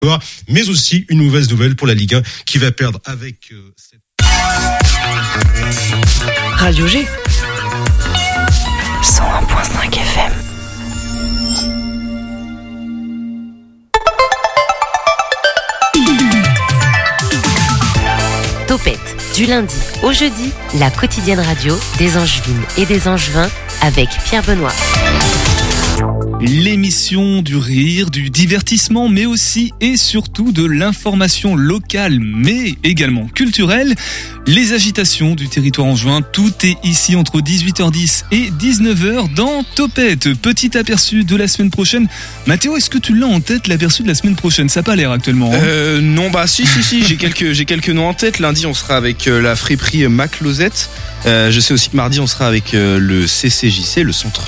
mais aussi une mauvaise nouvelle pour la Ligue 1 qui va perdre avec Radio G 101.5 FM. Topette, du lundi au jeudi, la quotidienne radio des Angevines et des Angevins avec Pierre Benoît. L'émission du rire, du divertissement, mais aussi et surtout de l'information locale, mais également culturelle. Les agitations du territoire angevin, tout est ici entre 18h10 et 19h dans Topette. Petit aperçu de la semaine prochaine. Mathéo, est-ce que tu l'as en tête, l'aperçu de la semaine prochaine? Ça n'a pas l'air actuellement. Non, si, j'ai quelques noms en tête. Lundi, on sera avec la friperie Maclosette. Je sais aussi que mardi, on sera avec le CCJC, le centre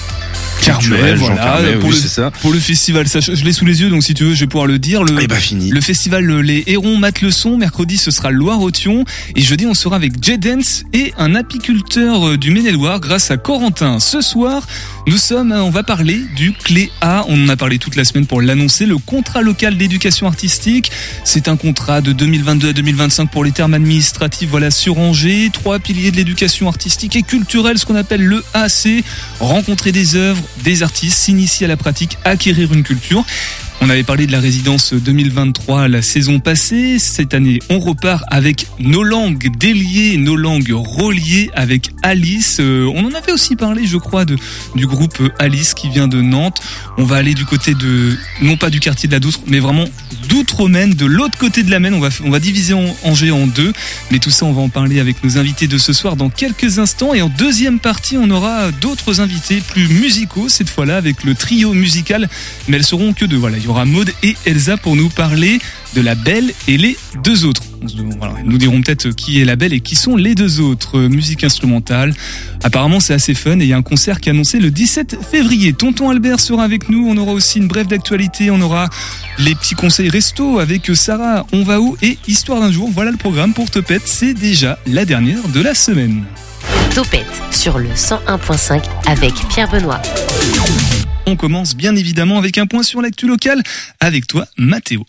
Carmel, voilà, Carmel, pour, oui, le, c'est ça. Pour le festival, ça, je l'ai sous les yeux, donc si tu veux, je vais pouvoir le dire. Fini. Le festival Les Hérons matent le son. Mercredi, ce sera Loire-Othion. Et jeudi, on sera avec J-Dance et un apiculteur du Maine-et-Loire grâce à Corentin. Ce soir, on va parler du Clé A. On en a parlé toute la semaine pour l'annoncer. Le contrat local d'éducation artistique. C'est un contrat de 2022 à 2025 pour les termes administratifs, sur Angers. 3 piliers de l'éducation artistique et culturelle, ce qu'on appelle le AC. Rencontrer des œuvres, des artistes, s'initier à la pratique, acquérir une culture. On avait parlé de la résidence 2023 la saison passée. Cette année, on repart avec nos langues déliées, nos langues reliées avec Alice. On en avait aussi parlé, je crois, du groupe Alice qui vient de Nantes. On va aller du côté non pas du quartier de la Doutre, mais vraiment d'Outre-Maine, de l'autre côté de la Maine. On va diviser Angers en deux. Mais tout ça, on va en parler avec nos invités de ce soir dans quelques instants. Et en deuxième partie, on aura d'autres invités plus musicaux, cette fois-là, avec le trio musical. Mais elles seront que deux. Il y aura Maud et Elsa pour nous parler de La Belle et les deux autres. Ils nous diront peut-être qui est La Belle et qui sont les deux autres. Musique instrumentale. Apparemment, c'est assez fun et il y a un concert qui est annoncé le 17 février. Tonton Albert sera avec nous. On aura aussi une brève d'actualité. On aura les petits conseils resto avec Sarah. On va où et Histoire d'un jour. Voilà le programme pour Topette. C'est déjà la dernière de la semaine. Topette sur le 101.5 avec Pierre Benoît. On commence bien évidemment avec un point sur l'actu locale avec toi, Mathéo.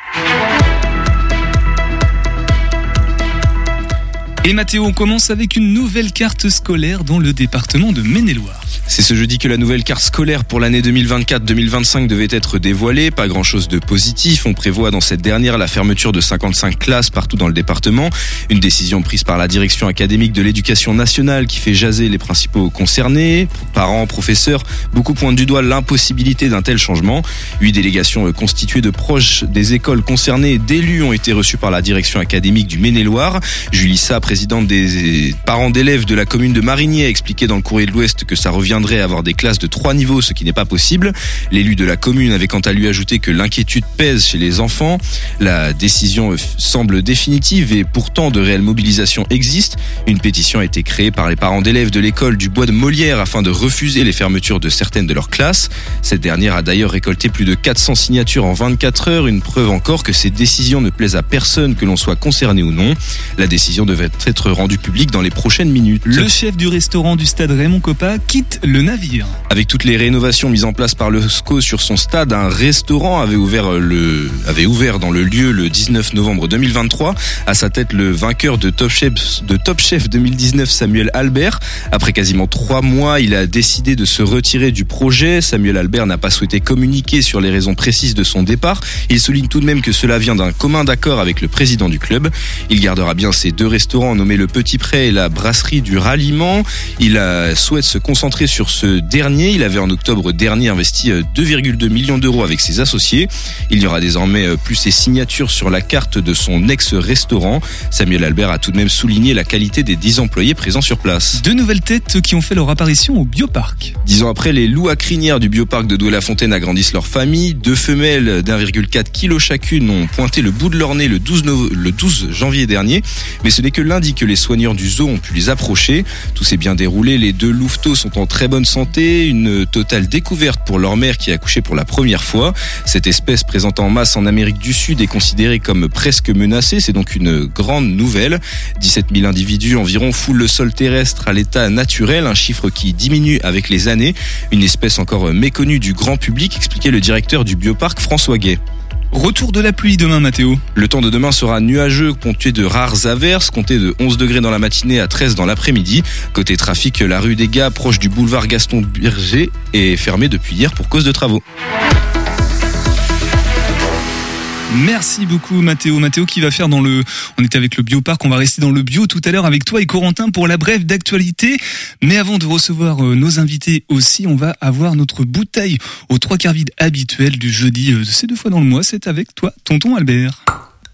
Et Mathéo, on commence avec une nouvelle carte scolaire dans le département de Maine-et-Loire. C'est ce jeudi que la nouvelle carte scolaire pour l'année 2024-2025 devait être dévoilée. Pas grand-chose de positif. On prévoit dans cette dernière la fermeture de 55 classes partout dans le département. Une décision prise par la direction académique de l'éducation nationale qui fait jaser les principaux concernés. Parents, professeurs, beaucoup pointent du doigt l'impossibilité d'un tel changement. 8 délégations constituées de proches des écoles concernées et d'élus ont été reçues par la direction académique du Maine-et-Loire. Julie Sa, présidente des parents d'élèves de la commune de Marigny, a expliqué dans le Courrier de l'Ouest que ça reviendrait à avoir des classes de 3 niveaux, ce qui n'est pas possible. L'élu de la commune avait quant à lui ajouté que l'inquiétude pèse chez les enfants. La décision semble définitive et pourtant de réelles mobilisations existent. Une pétition a été créée par les parents d'élèves de l'école du Bois de Molière afin de refuser les fermetures de certaines de leurs classes. Cette dernière a d'ailleurs récolté plus de 400 signatures en 24 heures, une preuve encore que ces décisions ne plaisent à personne, que l'on soit concerné ou non. La décision devait être rendue publique dans les prochaines minutes. Le chef du restaurant du stade Raymond Coppa quitte le navire. Avec toutes les rénovations mises en place par le SCO sur son stade, un restaurant avait ouvert dans le lieu le 19 novembre 2023. À sa tête, le vainqueur de Top Chef 2019, Samuel Albert. Après quasiment 3 mois, il a décidé de se retirer du projet. Samuel Albert n'a pas souhaité communiquer sur les raisons précises de son départ. Il souligne tout de même que cela vient d'un commun accord avec le président du club. Il gardera bien ses 2 restaurants nommés le Petit Pré et la brasserie du Ralliement. Il souhaite se concentrer sur ce dernier. Il avait en octobre dernier investi 2,2 millions d'euros avec ses associés. Il y aura désormais plus ses signatures sur la carte de son ex-restaurant. Samuel Albert a tout de même souligné la qualité des 10 employés présents sur place. 2 nouvelles têtes qui ont fait leur apparition au Bioparc. 10 ans après, les loups à crinière du Bioparc de Douai-la-Fontaine agrandissent leur famille. 2 femelles d'1,4 kg chacune ont pointé le bout de leur nez le 12 janvier dernier. Mais ce n'est que lundi que les soigneurs du zoo ont pu les approcher. Tout s'est bien déroulé. Les 2 louveteaux sont en très bonne santé. Une totale découverte pour leur mère qui a accouché pour la première fois. Cette espèce présente en masse en Amérique du Sud est considérée comme presque menacée. C'est donc une grande nouvelle. 17 000 individus environ foulent le sol terrestre à l'état naturel, un chiffre qui diminue avec les années. Une espèce encore méconnue du grand public, expliquait le directeur du Bioparc François Gay. Retour de la pluie demain, Mathéo. Le temps de demain sera nuageux, ponctué de rares averses, compté de 11 degrés dans la matinée à 13 dans l'après-midi. Côté trafic, la rue des Gars, proche du boulevard Gaston Berger, est fermée depuis hier pour cause de travaux. Merci beaucoup Mathéo. Mathéo qui va faire on était avec le Bioparc, on va rester dans le bio tout à l'heure avec toi et Corentin pour la brève d'actualité. Mais avant de recevoir nos invités aussi, on va avoir notre bouteille aux 3/4 vide habituelle du jeudi. C'est 2 fois dans le mois, c'est avec toi, tonton Albert.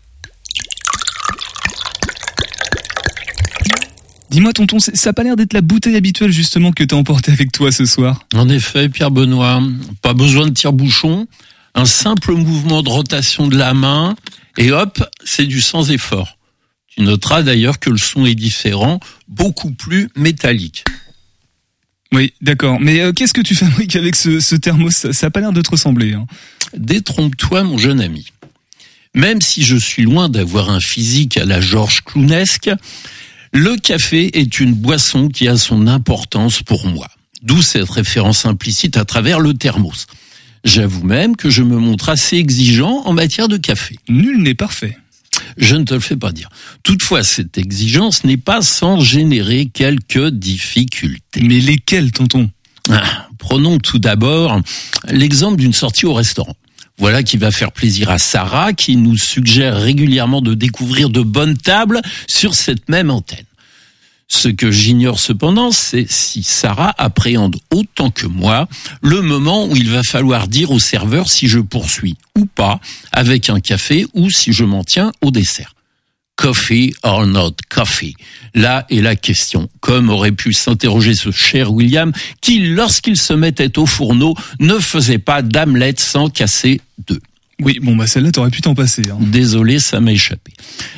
Dis-moi tonton, ça n'a pas l'air d'être la bouteille habituelle justement que t'as emportée avec toi ce soir. En effet, Pierre Benoît, pas besoin de tire-bouchon. Un simple mouvement de rotation de la main et hop, c'est du sans effort. Tu noteras d'ailleurs que le son est différent, beaucoup plus métallique. Oui, d'accord. Mais qu'est-ce que tu fabriques avec ce thermos ? Ça n'a pas l'air de te ressembler. Hein. Détrompe-toi, mon jeune ami. Même si je suis loin d'avoir un physique à la Georges Clounesque, le café est une boisson qui a son importance pour moi. D'où cette référence implicite à travers le thermos. J'avoue même que je me montre assez exigeant en matière de café. Nul n'est parfait. Je ne te le fais pas dire. Toutefois, cette exigence n'est pas sans générer quelques difficultés. Mais lesquelles, tonton ? Prenons tout d'abord l'exemple d'une sortie au restaurant. Voilà qui va faire plaisir à Sarah, qui nous suggère régulièrement de découvrir de bonnes tables sur cette même antenne. Ce que j'ignore cependant, c'est si Sarah appréhende autant que moi le moment où il va falloir dire au serveur si je poursuis ou pas avec un café ou si je m'en tiens au dessert. Coffee or not coffee? Là est la question. Comme aurait pu s'interroger ce cher William qui, lorsqu'il se mettait au fourneau, ne faisait pas d'amelette sans casser deux. Oui, bon, celle-là, t'aurais pu t'en passer. Hein. Désolé, ça m'a échappé.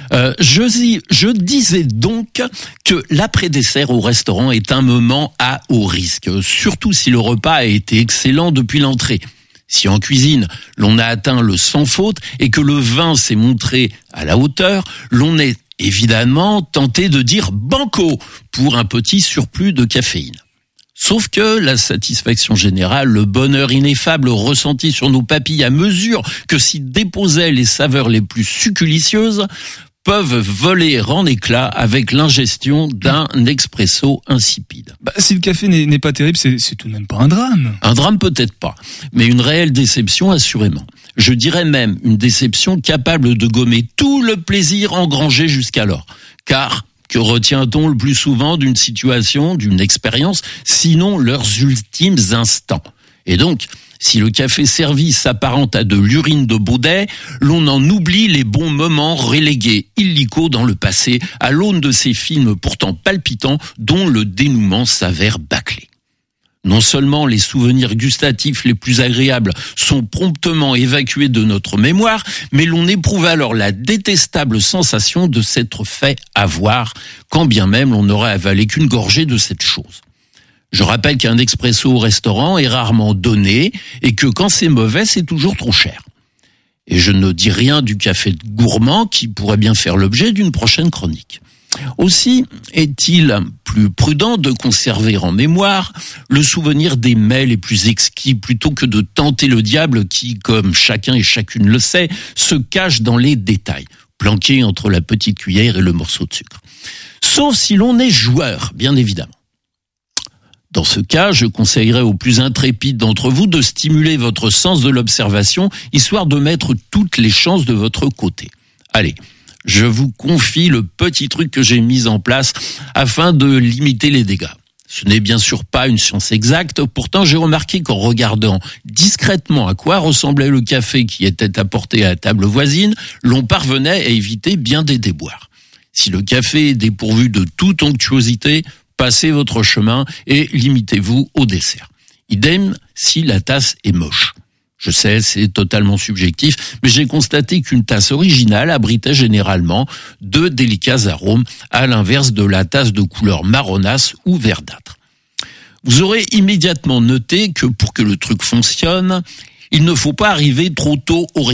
Je disais donc que l'après-dessert au restaurant est un moment à haut risque, surtout si le repas a été excellent depuis l'entrée. Si en cuisine, l'on a atteint le sans faute et que le vin s'est montré à la hauteur, l'on est évidemment tenté de dire banco pour un petit surplus de caféine. Sauf que la satisfaction générale, le bonheur ineffable ressenti sur nos papilles à mesure que s'y déposaient les saveurs les plus succulicieuses peuvent voler en éclats avec l'ingestion d'un expresso insipide. Si le café n'est pas terrible, c'est tout de même pas un drame. Un drame peut-être pas, mais une réelle déception assurément. Je dirais même une déception capable de gommer tout le plaisir engrangé jusqu'alors. Car que retient-on le plus souvent d'une situation, d'une expérience, sinon leurs ultimes instants? Et donc, si le café servi s'apparente à de l'urine de baudet, l'on en oublie les bons moments relégués illico dans le passé à l'aune de ces films pourtant palpitants dont le dénouement s'avère bâclé. Non seulement les souvenirs gustatifs les plus agréables sont promptement évacués de notre mémoire, mais l'on éprouve alors la détestable sensation de s'être fait avoir, quand bien même l'on n'aurait avalé qu'une gorgée de cette chose. Je rappelle qu'un expresso au restaurant est rarement donné et que quand c'est mauvais, c'est toujours trop cher. Et je ne dis rien du café gourmand qui pourrait bien faire l'objet d'une prochaine chronique. Aussi est-il plus prudent de conserver en mémoire le souvenir des mets les plus exquis plutôt que de tenter le diable qui, comme chacun et chacune le sait, se cache dans les détails, planqué entre la petite cuillère et le morceau de sucre. Sauf si l'on est joueur, bien évidemment. Dans ce cas, je conseillerais aux plus intrépides d'entre vous de stimuler votre sens de l'observation, histoire de mettre toutes les chances de votre côté. Allez, je vous confie le petit truc que j'ai mis en place afin de limiter les dégâts. Ce n'est bien sûr pas une science exacte, pourtant j'ai remarqué qu'en regardant discrètement à quoi ressemblait le café qui était apporté à la table voisine, l'on parvenait à éviter bien des déboires. Si le café est dépourvu de toute onctuosité, passez votre chemin et limitez-vous au dessert. Idem si la tasse est moche. Je sais, c'est totalement subjectif, mais j'ai constaté qu'une tasse originale abritait généralement de délicats arômes, à l'inverse de la tasse de couleur marronasse ou verdâtre. Vous aurez immédiatement noté que pour que le truc fonctionne, il ne faut pas arriver trop tôt au resto.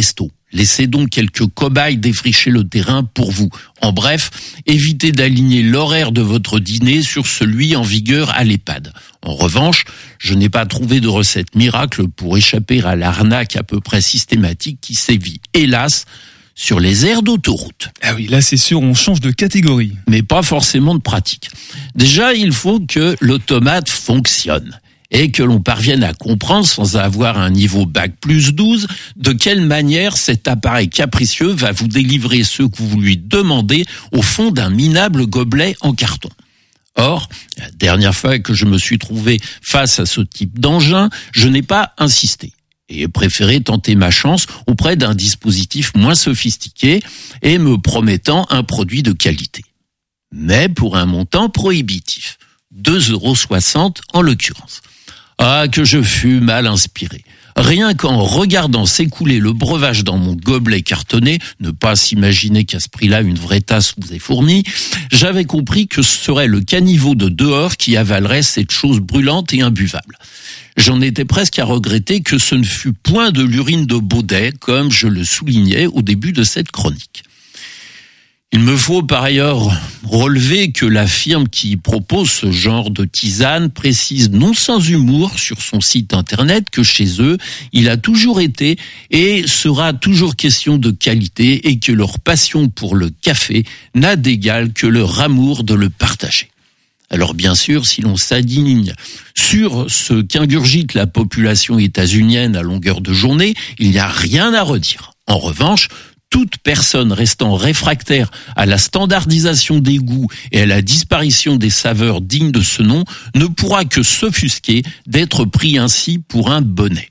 Laissez donc quelques cobayes défricher le terrain pour vous. En bref, évitez d'aligner l'horaire de votre dîner sur celui en vigueur à l'EHPAD. En revanche, je n'ai pas trouvé de recette miracle pour échapper à l'arnaque à peu près systématique qui sévit, hélas, sur les aires d'autoroute. Ah oui, là c'est sûr, on change de catégorie. Mais pas forcément de pratique. Déjà, il faut que l'automate fonctionne et que l'on parvienne à comprendre, sans avoir un niveau bac plus 12, de quelle manière cet appareil capricieux va vous délivrer ce que vous lui demandez au fond d'un minable gobelet en carton. Or, la dernière fois que je me suis trouvé face à ce type d'engin, je n'ai pas insisté et préféré tenter ma chance auprès d'un dispositif moins sophistiqué et me promettant un produit de qualité. Mais pour un montant prohibitif, 2,60 € en l'occurrence. Ah, que je fus mal inspiré. Rien qu'en regardant s'écouler le breuvage dans mon gobelet cartonné, ne pas s'imaginer qu'à ce prix-là, une vraie tasse vous est fournie, j'avais compris que ce serait le caniveau de dehors qui avalerait cette chose brûlante et imbuvable. J'en étais presque à regretter que ce ne fût point de l'urine de Baudet, comme je le soulignais au début de cette chronique. Il me faut par ailleurs relever que la firme qui propose ce genre de tisane précise non sans humour sur son site internet que chez eux, il a toujours été et sera toujours question de qualité et que leur passion pour le café n'a d'égal que leur amour de le partager. Alors bien sûr, si l'on s'indigne sur ce qu'ingurgite la population états-unienne à longueur de journée, il n'y a rien à redire. En revanche, toute personne restant réfractaire à la standardisation des goûts et à la disparition des saveurs dignes de ce nom ne pourra que s'offusquer d'être pris ainsi pour un bonnet.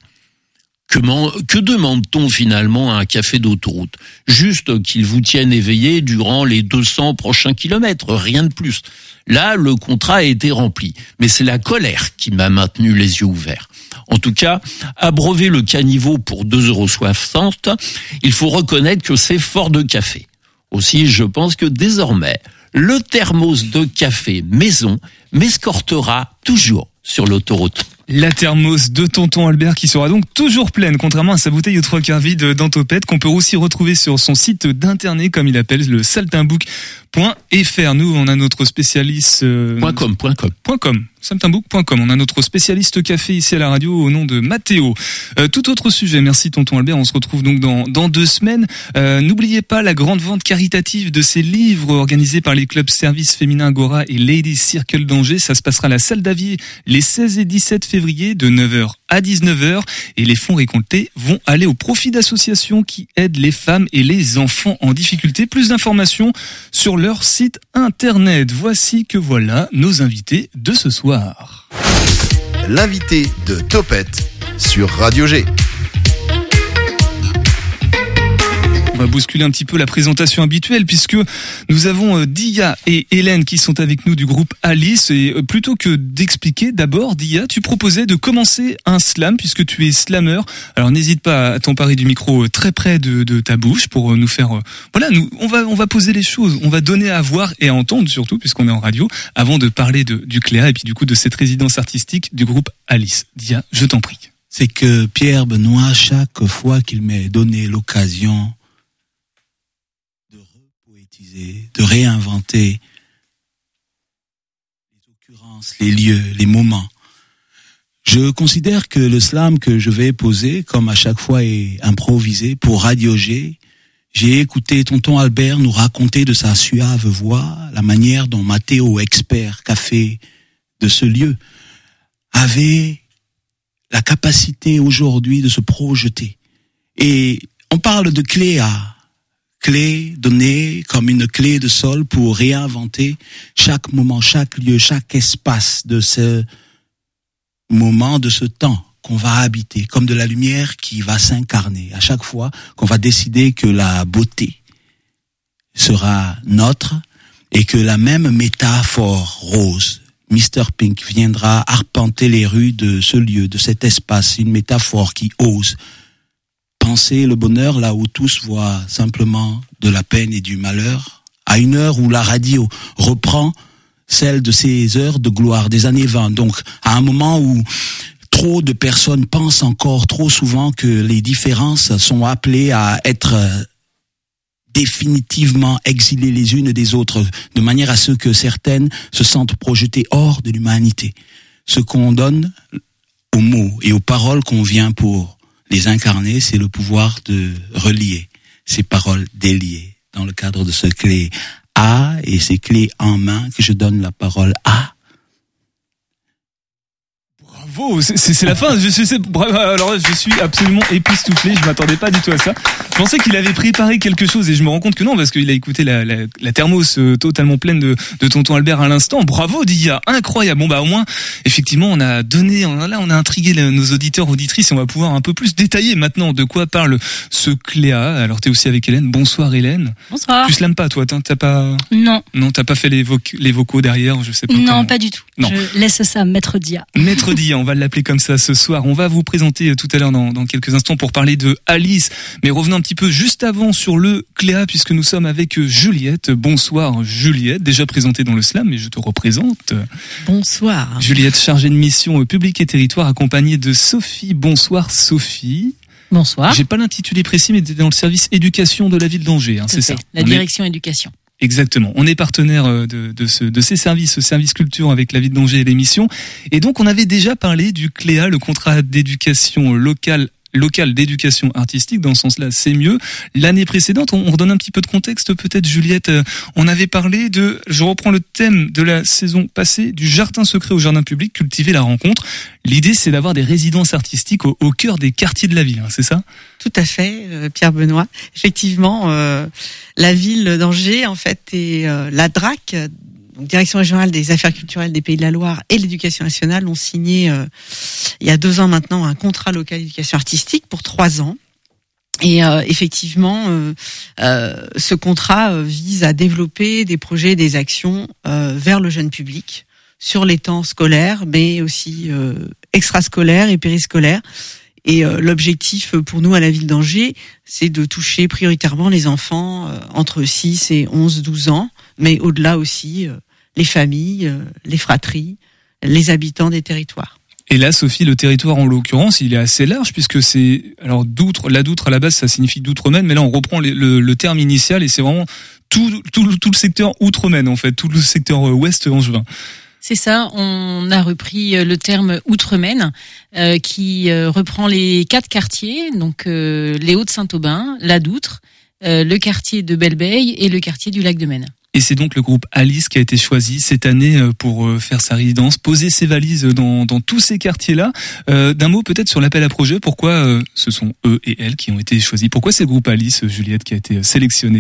Que demande-t-on finalement à un café d'autoroute ? Juste qu'il vous tienne éveillé durant les 200 prochains kilomètres, rien de plus. Là, le contrat a été rempli, mais c'est la colère qui m'a maintenu les yeux ouverts. En tout cas, abreuver le caniveau pour 2,60 €, il faut reconnaître que c'est fort de café. Aussi, je pense que désormais, le thermos de café maison m'escortera toujours sur l'autoroute. La thermos de tonton Albert qui sera donc toujours pleine, contrairement à sa bouteille aux 3 quarts vide d'Antopette, qu'on peut aussi retrouver sur son site d'internet, comme il appelle, le saltimbook.fr. Nous, on a notre spécialiste... .com. Saltimbook.com. On a notre spécialiste café ici à la radio au nom de Mathéo. Tout autre sujet, merci tonton Albert, on se retrouve donc dans 2 semaines. N'oubliez pas la grande vente caritative de ces livres organisés par les clubs Service Féminin Agora et Ladies Circle d'Angers. Ça se passera à la salle d'Avier les 16 et 17 février de 9h à 19h et les fonds récoltés vont aller au profit d'associations qui aident les femmes et les enfants en difficulté. Plus d'informations sur leur site internet. Voici que voilà nos invités de ce soir. L'invité de Topette sur Radio G. On va bousculer un petit peu la présentation habituelle puisque nous avons Dia et Hélène qui sont avec nous du groupe Alice. Et plutôt que d'expliquer, d'abord, Dia, tu proposais de commencer un slam puisque tu es slammer. Alors n'hésite pas à t'emparer du micro très près de ta bouche pour nous faire... on va poser les choses, on va donner à voir et à entendre surtout puisqu'on est en radio avant de parler du Cléa et puis du coup de cette résidence artistique du groupe Alice. Dia, je t'en prie. C'est que Pierre Benoît, chaque fois qu'il m'ait donné l'occasion de repoétiser, de réinventer les occurrences, les lieux, les moments, je considère que le slam que je vais poser, comme à chaque fois, est improvisé pour Radio G. J'ai écouté tonton Albert nous raconter de sa suave voix la manière dont Mathéo, expert café de ce lieu, avait la capacité aujourd'hui de se projeter. Et on parle de Cléa, clé donnée comme une clé de sol pour réinventer chaque moment, chaque lieu, chaque espace de ce moment, de ce temps qu'on va habiter, comme de la lumière qui va s'incarner à chaque fois qu'on va décider que la beauté sera nôtre et que la même métaphore rose, Mr. Pink, viendra arpenter les rues de ce lieu, de cet espace, une métaphore qui ose penser le bonheur là où tous voient simplement de la peine et du malheur, à une heure où la radio reprend celle de ces heures de gloire des années 20, donc à un moment où trop de personnes pensent encore trop souvent que les différences sont appelées à être définitivement exilées les unes des autres, de manière à ce que certaines se sentent projetées hors de l'humanité. Ce qu'on donne aux mots et aux paroles qu'on vient pour les incarner, c'est le pouvoir de relier ces paroles déliées dans le cadre de ce clé A et ces clés en main que je donne la parole à. Bravo, c'est la fin. Bravo. Alors je suis absolument époustouflé. Je m'attendais pas du tout à ça. Je pensais qu'il avait préparé quelque chose et je me rends compte que non, parce qu'il a écouté la thermos totalement pleine de tonton Albert à l'instant. Bravo Dia, incroyable. Bon bah au moins effectivement on a intrigué nos auditeurs auditrices et on va pouvoir un peu plus détailler maintenant de quoi parle ce Cléa. Alors t'es aussi avec Hélène. Bonsoir Hélène. Bonsoir. Tu slams pas toi, t'as pas. Non, t'as pas fait les vocaux derrière, je sais pas. non, comment. pas du tout. Non. Je laisse ça à Maître Dia. Maître Dia, on va l'appeler comme ça ce soir. On va vous présenter tout à l'heure dans quelques instants pour parler de Alice. Mais revenons un petit peu juste avant sur le Cléa, puisque nous sommes avec Juliette. Bonsoir Juliette, déjà présentée dans le slam, mais je te représente. Bonsoir. Juliette, chargée de mission public et territoire, accompagnée de Sophie. Bonsoir Sophie. Bonsoir. J'ai pas l'intitulé précis, mais dans le service éducation de la ville d'Angers, c'est ça. La direction éducation. Exactement. On est partenaire de ces services, ce service culture avec la ville d'Angers et l'émission. Et donc, on avait déjà parlé du CLEA, le contrat d'éducation locale d'éducation artistique. Dans ce sens-là, c'est mieux. L'année précédente, on redonne un petit peu de contexte, peut-être, Juliette. On avait parlé je reprends le thème de la saison passée, du jardin secret au jardin public, cultiver la rencontre. L'idée, c'est d'avoir des résidences artistiques au cœur des quartiers de la ville, c'est ça? Tout à fait, Pierre Benoît. Effectivement, la ville d'Angers, en fait, et la DRAC, donc Direction régionale des affaires culturelles des Pays de la Loire et l'Éducation nationale ont signé il y a 2 ans maintenant un contrat local d'éducation artistique pour 3 ans. Et effectivement, ce contrat vise à développer des projets, des actions vers le jeune public sur les temps scolaires, mais aussi extrascolaires et périscolaires. Et l'objectif pour nous à la ville d'Angers, c'est de toucher prioritairement les enfants entre 6 et 11-12 ans, mais au-delà aussi les familles, les fratries, les habitants des territoires. Et là, Sophie, le territoire en l'occurrence, il est assez large puisque c'est la Doutre à la base, ça signifie d'outre-Maine, mais là on reprend le terme initial et c'est vraiment tout le secteur outre-Maine en fait, tout le secteur ouest angevin. C'est ça, on a repris le terme Outre-Maine qui reprend les 4 quartiers, donc les Hauts-de-Saint-Aubin, la Doutre, le quartier de Belleveille et le quartier du Lac de Maine. Et c'est donc le groupe Alice qui a été choisi cette année pour faire sa résidence, poser ses valises dans tous ces quartiers-là. D'un mot peut-être sur l'appel à projet, pourquoi ce sont eux et elles qui ont été choisis? Pourquoi c'est le groupe Alice, Juliette, qui a été sélectionné?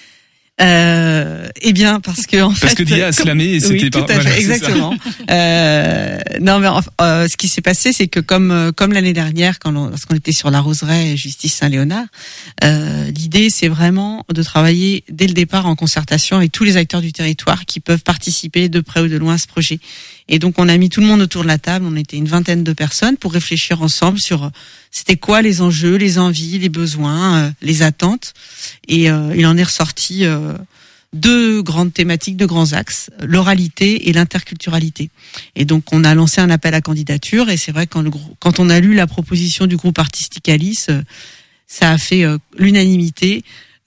Eh bien, parce que parce que Dia a slamé et c'était oui, tout à fait, exactement. Non, mais ce qui s'est passé, c'est que comme l'année dernière, lorsqu'on était sur la Roseraie et Justice Saint-Léonard, l'idée, c'est vraiment de travailler dès le départ en concertation avec tous les acteurs du territoire qui peuvent participer de près ou de loin à ce projet. Et donc, on a mis tout le monde autour de la table. On était une 20aine de personnes pour réfléchir ensemble sur c'était quoi les enjeux, les envies, les besoins, les attentes. Et il en est ressorti 2 grandes thématiques, 2 grands axes, l'oralité et l'interculturalité. Et donc, on a lancé un appel à candidature. Et c'est vrai que quand on a lu la proposition du groupe artistique Alice, ça a fait l'unanimité.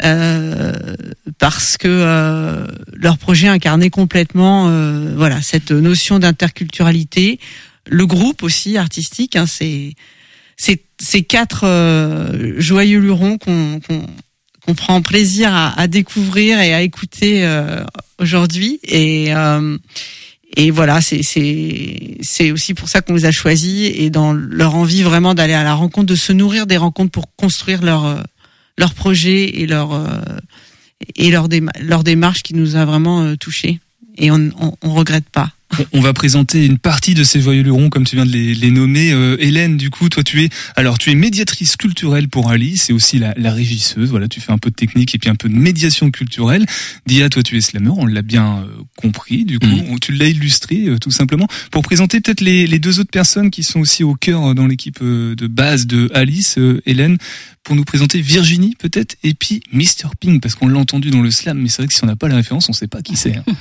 Parce que leur projet incarnait complètement cette notion d'interculturalité. Le groupe aussi artistique, c'est 4 joyeux lurons qu'on prend plaisir à découvrir et à écouter aujourd'hui. Et voilà, c'est aussi pour ça qu'on les a choisis et dans leur envie vraiment d'aller à la rencontre, de se nourrir des rencontres pour construire leur projet et leur démarche qui nous a vraiment touchés. Et on regrette pas. On va présenter une partie de ces joyeux lurons, comme tu viens de les nommer. Hélène, du coup, toi, tu es médiatrice culturelle pour Alice et aussi la régisseuse. Voilà, tu fais un peu de technique et puis un peu de médiation culturelle. Dia, toi, tu es slammer, on l'a bien compris. Du coup, tu l'as illustré tout simplement. Pour présenter peut-être les 2 autres personnes qui sont aussi au cœur dans l'équipe de base de Alice, Hélène, pour nous présenter Virginie peut-être et puis Mr Pink, parce qu'on l'a entendu dans le slam, mais c'est vrai que si on n'a pas la référence, on sait pas qui c'est. Hein.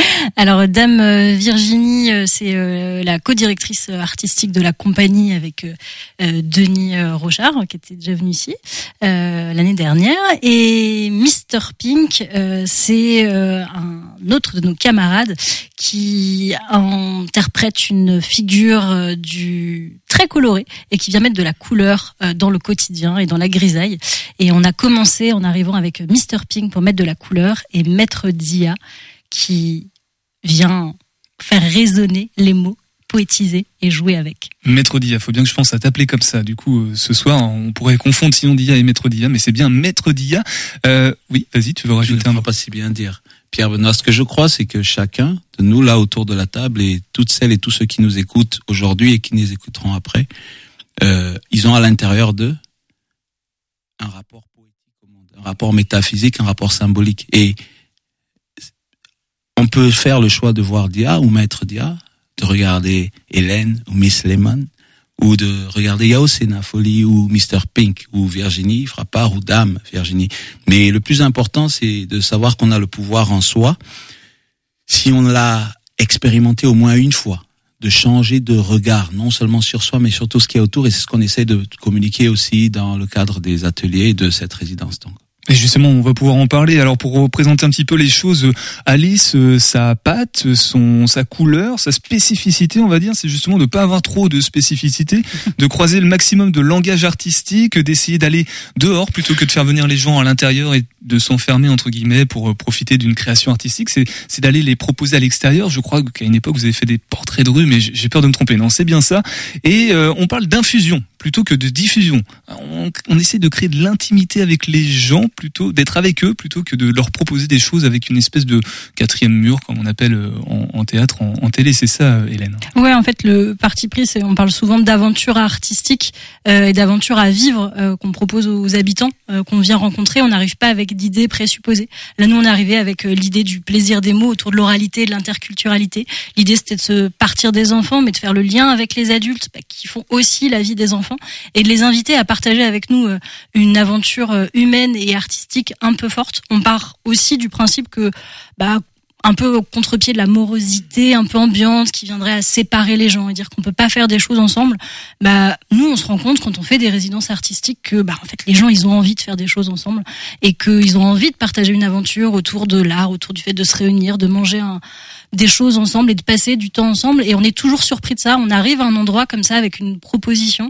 Alors Dame Virginie, c'est la co-directrice artistique de la compagnie avec Denis Rochard, qui était déjà venu ici l'année dernière. Et Mr Pink, c'est un autre de nos camarades qui interprète une figure très colorée et qui vient mettre de la couleur dans le quotidien et dans la grisaille. Et on a commencé en arrivant avec Mr Pink pour mettre de la couleur et Maître Dia qui vient faire résonner les mots, poétiser et jouer avec. Maître Dia, faut bien que je pense à t'appeler comme ça. Du coup, ce soir, on pourrait confondre sinon Dia et Maître Dia, mais c'est bien Maître Dia. Oui, vas-y, tu veux rajouter un mot? Pas si bien dire. Pierre Benoît, ce que je crois, c'est que chacun de nous, là, autour de la table, et toutes celles et tous ceux qui nous écoutent aujourd'hui et qui nous écouteront après, ils ont à l'intérieur d'eux un rapport poétique au monde, un rapport métaphysique, un rapport symbolique. Et on peut faire le choix de voir Dia ou Maître Dia, de regarder Hélène ou Miss Lemon, ou de regarder Yao Senafoli ou Mr Pink ou Virginie Frappard ou Dame Virginie. Mais le plus important, c'est de savoir qu'on a le pouvoir en soi, si on l'a expérimenté au moins une fois, de changer de regard, non seulement sur soi, mais sur tout ce qui est autour. Et c'est ce qu'on essaie de communiquer aussi dans le cadre des ateliers de cette résidence. Donc. Et justement, on va pouvoir en parler. Alors, pour représenter un petit peu les choses, Alice, sa patte, sa couleur, sa spécificité, on va dire, c'est justement de pas avoir trop de spécificité, de croiser le maximum de langage artistique, d'essayer d'aller dehors plutôt que de faire venir les gens à l'intérieur et de s'enfermer, entre guillemets, pour profiter d'une création artistique. C'est d'aller les proposer à l'extérieur. Je crois qu'à une époque, vous avez fait des portraits de rue, mais j'ai peur de me tromper. Non, c'est bien ça. Et on parle d'infusion plutôt que de diffusion. On essaie de créer de l'intimité avec les gens, plutôt d'être avec eux, plutôt que de leur proposer des choses avec une espèce de quatrième mur, comme on appelle en théâtre, en télé. C'est ça, Hélène? Ouais, en fait, le parti pris, c'est, on parle souvent d'aventure artistique et d'aventure à vivre qu'on propose aux habitants qu'on vient rencontrer. On n'arrive pas avec d'idées présupposées. Là, nous, on est arrivé avec l'idée du plaisir des mots autour de l'oralité, de l'interculturalité. L'idée, c'était de se partir des enfants, mais de faire le lien avec les adultes qui font aussi la vie des enfants et de les inviter à partager avec nous une aventure humaine et artistique un peu forte. On part aussi du principe que un peu au contre-pied de la morosité un peu ambiante qui viendrait à séparer les gens et dire qu'on peut pas faire des choses ensemble. Nous, on se rend compte quand on fait des résidences artistiques que en fait les gens, ils ont envie de faire des choses ensemble et qu'ils ont envie de partager une aventure autour de l'art, autour du fait de se réunir, de manger des choses ensemble et de passer du temps ensemble. Et on est toujours surpris de ça. On arrive à un endroit comme ça avec une proposition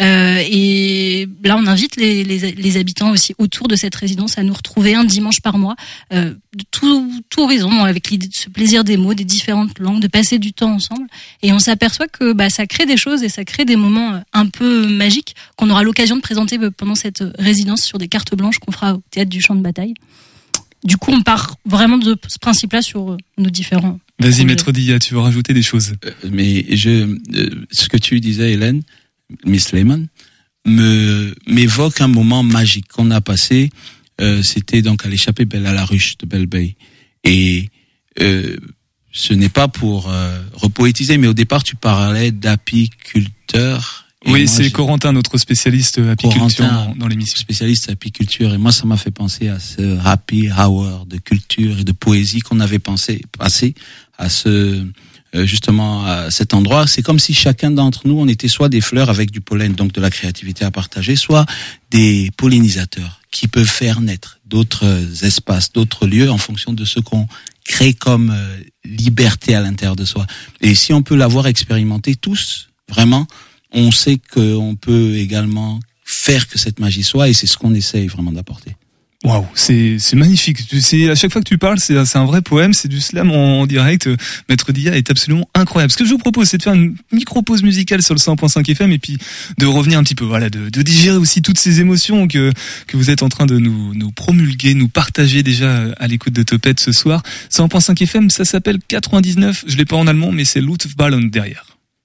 et là on invite les habitants aussi autour de cette résidence à nous retrouver un dimanche par mois de tout horizon, avec l'idée de ce plaisir des mots, des différentes langues, de passer du temps ensemble. Et on s'aperçoit que ça crée des choses et ça crée des moments un peu magiques qu'on aura l'occasion de présenter pendant cette résidence sur des cartes blanches qu'on fera au Théâtre du Champ de Bataille. Du coup, on part vraiment de ce principe-là sur nos différents... Vas-y, Maître Dia, tu veux rajouter des choses? Mais ce que tu disais, Hélène, Miss Lemon, m'évoque un moment magique qu'on a passé. C'était donc à l'échappée Belle à la Ruche de Belle-Bay. Et ce n'est pas pour repoétiser, mais au départ, tu parlais d'apiculteur. Oui, c'est Corentin, notre spécialiste apiculture dans l'émission. Spécialiste apiculture. Et moi, ça m'a fait penser à ce happy hour de culture et de poésie qu'on avait passer à justement à cet endroit. C'est comme si chacun d'entre nous, on était soit des fleurs avec du pollen, donc de la créativité à partager, soit des pollinisateurs qui peuvent faire naître d'autres espaces, d'autres lieux en fonction de ce qu'on crée comme liberté à l'intérieur de soi. Et si on peut l'avoir expérimenté tous, vraiment, on sait qu'on peut également faire que cette magie soit, et c'est ce qu'on essaye vraiment d'apporter. Waouh, c'est magnifique. À chaque fois que tu parles, c'est un vrai poème, c'est du slam en direct. Maître Dia est absolument incroyable. Ce que je vous propose, c'est de faire une micro-pause musicale sur le 100.5 FM et puis de revenir un petit peu, de digérer aussi toutes ces émotions que vous êtes en train de nous promulguer, nous partager déjà à l'écoute de Topette ce soir. 100.5 FM, ça s'appelle 99. Je l'ai pas en allemand, mais c'est Luftballon derrière.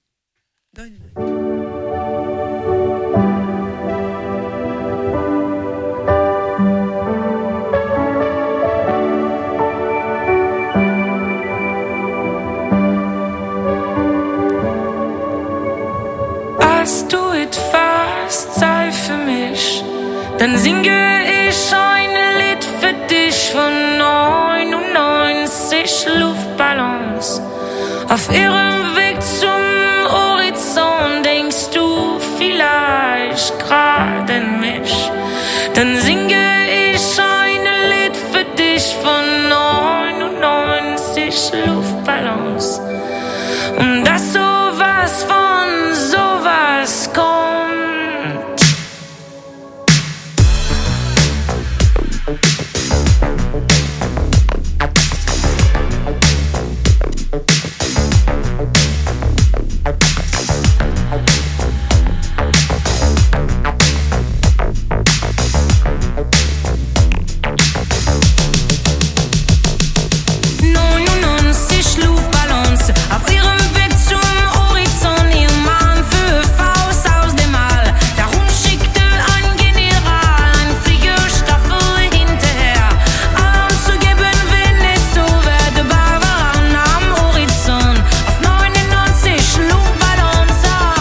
Sei für mich, dann singe ich ein Lied für dich von 99 Luftballons. Auf ihrem Weg zum Horizont denkst du vielleicht grad an mich. Dann singe ich ein Lied für dich von 99 Luftballons. Und dass sowas von sowas kommt. Auf ihrem Weg zum Horizont, ihr Mann für Faust aus dem All. Darum schickte ein General ein Fliegerstaffel hinterher. Anzugeben, wenn es so werde, Barbara am Horizont. Auf 99 Luftballons.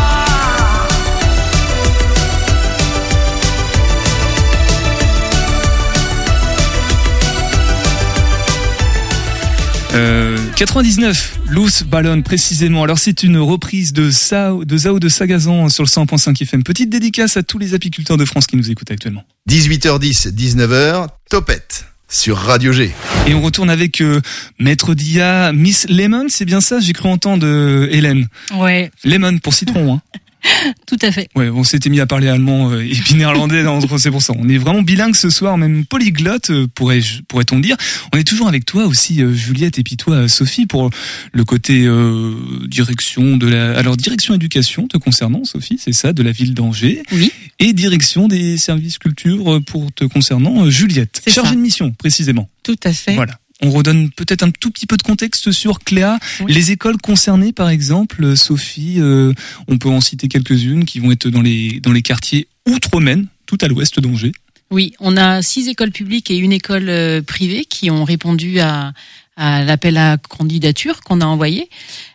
Euh, 99, Loose Ballon précisément. Alors c'est une reprise de Zao de Sagazan sur le 100.5 FM. Petite dédicace à tous les apiculteurs de France qui nous écoutent actuellement. 18h10, 19h, Topette sur Radio G. Et on retourne avec Maître Dia, Miss Lemon, c'est bien ça? J'ai cru entendre Hélène. Ouais. Lemon pour citron, hein. Tout à fait. Ouais, on s'était mis à parler allemand et puis néerlandais, c'est pour ça. On est vraiment bilingue ce soir, même polyglotte, pourrait-on dire. On est toujours avec toi aussi, Juliette, et puis toi, Sophie, pour le côté direction direction éducation te concernant, Sophie, c'est ça, de la ville d'Angers. Oui. Et direction des services culture pour te concernant, Juliette. C'est Chargée ça. de mission, précisément. Tout à fait. Voilà. On redonne peut-être un tout petit peu de contexte sur Cléa. Oui. Les écoles concernées, par exemple, Sophie, on peut en citer quelques-unes qui vont être dans les quartiers Outre-Maine, tout à l'ouest d'Angers. Oui, on a 6 écoles publiques et une école privée qui ont répondu à l'appel à candidature qu'on a envoyé.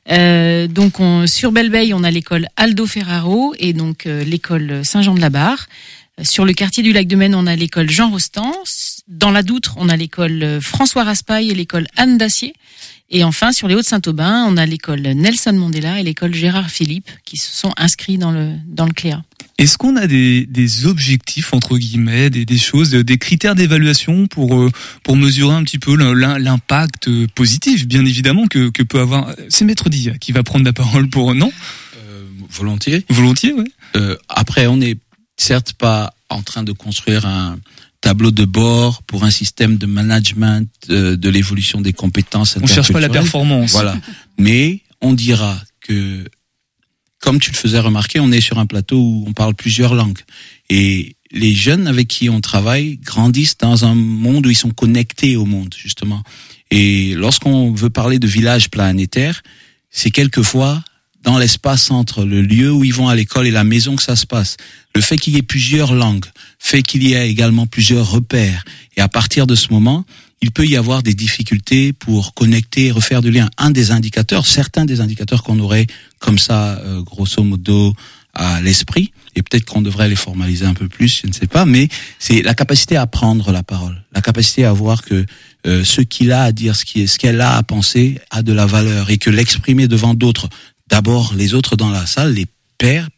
Donc sur Belle-Beille, on a l'école Aldo Ferraro et donc l'école Saint-Jean-de-la-Barre. Sur le quartier du Lac de Maine, on a l'école Jean Rostand. Dans la Doutre, on a l'école François Raspail et l'école Anne Dacier. Et enfin, sur les Hauts-de-Saint-Aubin, on a l'école Nelson Mandela et l'école Gérard Philippe qui se sont inscrits dans le Cléa. Est-ce qu'on a des objectifs, entre guillemets, des choses, des critères d'évaluation pour mesurer un petit peu l'impact positif, bien évidemment, que peut avoir... C'est Maître Dia qui va prendre la parole pour... Non Volontiers. Volontiers, ouais. Après, on n'est certes pas en train de construire un tableau de bord pour un système de management de l'évolution des compétences. On cherche pas la performance. Voilà. Mais on dira que, comme tu le faisais remarquer, on est sur un plateau où on parle plusieurs langues. Et les jeunes avec qui on travaille grandissent dans un monde où ils sont connectés au monde, justement. Et lorsqu'on veut parler de village planétaire, c'est quelquefois dans l'espace entre le lieu où ils vont à l'école et la maison que ça se passe. Le fait qu'il y ait plusieurs langues, fait qu'il y ait également plusieurs repères. Et à partir de ce moment, il peut y avoir des difficultés pour connecter et refaire du lien. Certains des indicateurs qu'on aurait comme ça, grosso modo, à l'esprit, et peut-être qu'on devrait les formaliser un peu plus, je ne sais pas, mais c'est la capacité à prendre la parole, la capacité à voir que ce qu'il a à dire, ce qu'elle a à penser, a de la valeur, et que l'exprimer devant d'autres, d'abord les autres dans la salle, les peers,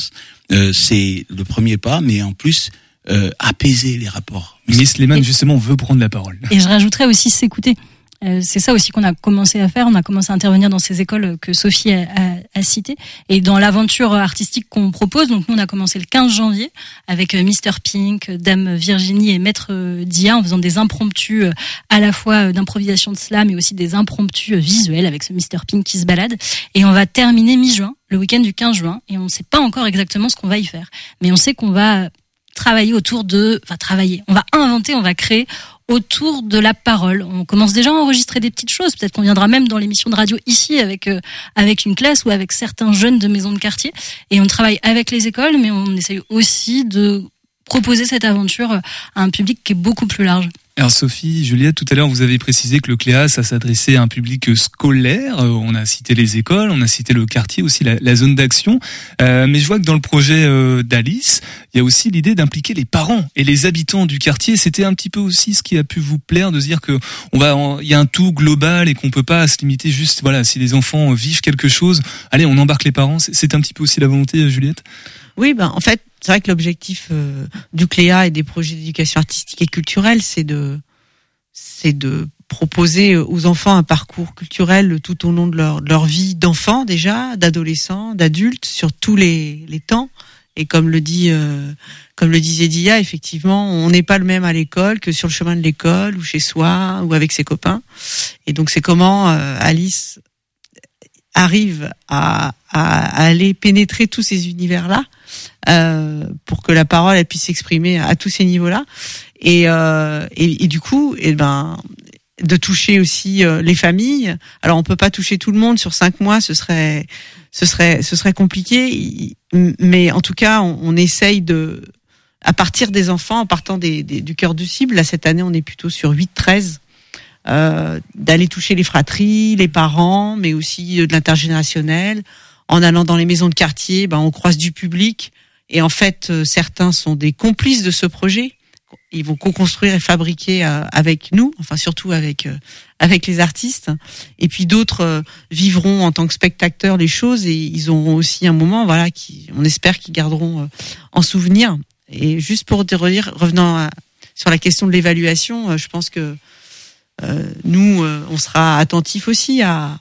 c'est le premier pas, mais en plus apaiser les rapports. Miss Lehmann, justement, veut prendre la parole. Et je rajouterais aussi s'écouter. C'est ça aussi qu'on a commencé à faire. On a commencé à intervenir dans ces écoles que Sophie a citées. Et dans l'aventure artistique qu'on propose, donc nous on a commencé le 15 janvier avec Mr Pink, Dame Virginie et Maître Dia en faisant des impromptus à la fois d'improvisation de slam et aussi des impromptus visuels avec ce Mr Pink qui se balade. Et on va terminer mi-juin, le week-end du 15 juin. Et on ne sait pas encore exactement ce qu'on va y faire. Mais on sait qu'on va travailler on va inventer, on va créer autour de la parole. On commence déjà à enregistrer des petites choses. Peut-être qu'on viendra même dans l'émission de radio ici avec une classe ou avec certains jeunes de maisons de quartier. Et on travaille avec les écoles, mais on essaye aussi de proposer cette aventure à un public qui est beaucoup plus large. Alors Sophie, Juliette, tout à l'heure vous avez précisé que le Cléa, ça s'adressait à un public scolaire. On a cité les écoles, on a cité le quartier, aussi la zone d'action. Mais je vois que dans le projet d'Alice, il y a aussi l'idée d'impliquer les parents et les habitants du quartier. C'était un petit peu aussi ce qui a pu vous plaire, de se dire que il y a un tout global et qu'on peut pas se limiter juste, voilà, si les enfants vivent quelque chose, allez, on embarque les parents. C'est un petit peu aussi la volonté, Juliette? Oui, en fait, c'est vrai que l'objectif du Cléa et des projets d'éducation artistique et culturelle, c'est de proposer aux enfants un parcours culturel tout au long de leur vie d'enfant déjà, d'adolescent, d'adulte, sur tous les temps. Et comme le disait Dia, effectivement, on n'est pas le même à l'école que sur le chemin de l'école ou chez soi ou avec ses copains. Et donc c'est comment Alice arrive à aller pénétrer tous ces univers-là pour que la parole elle puisse s'exprimer à tous ces niveaux-là et du coup de toucher aussi les familles. Alors on peut pas toucher tout le monde sur 5 mois, ce serait compliqué, mais en tout cas on essaye à partir des enfants, en partant du cœur du cible. Là cette année on est plutôt sur 8-13. D'aller toucher les fratries, les parents, mais aussi de l'intergénérationnel. En allant dans les maisons de quartier, on croise du public. Et en fait, certains sont des complices de ce projet. Ils vont co-construire et fabriquer avec nous, enfin surtout avec les artistes. Et puis d'autres vivront en tant que spectateurs les choses et ils auront aussi un moment, voilà, on espère qu'ils garderont en souvenir. Et juste pour te redire, revenant sur la question de l'évaluation, je pense que nous, on sera attentifs aussi à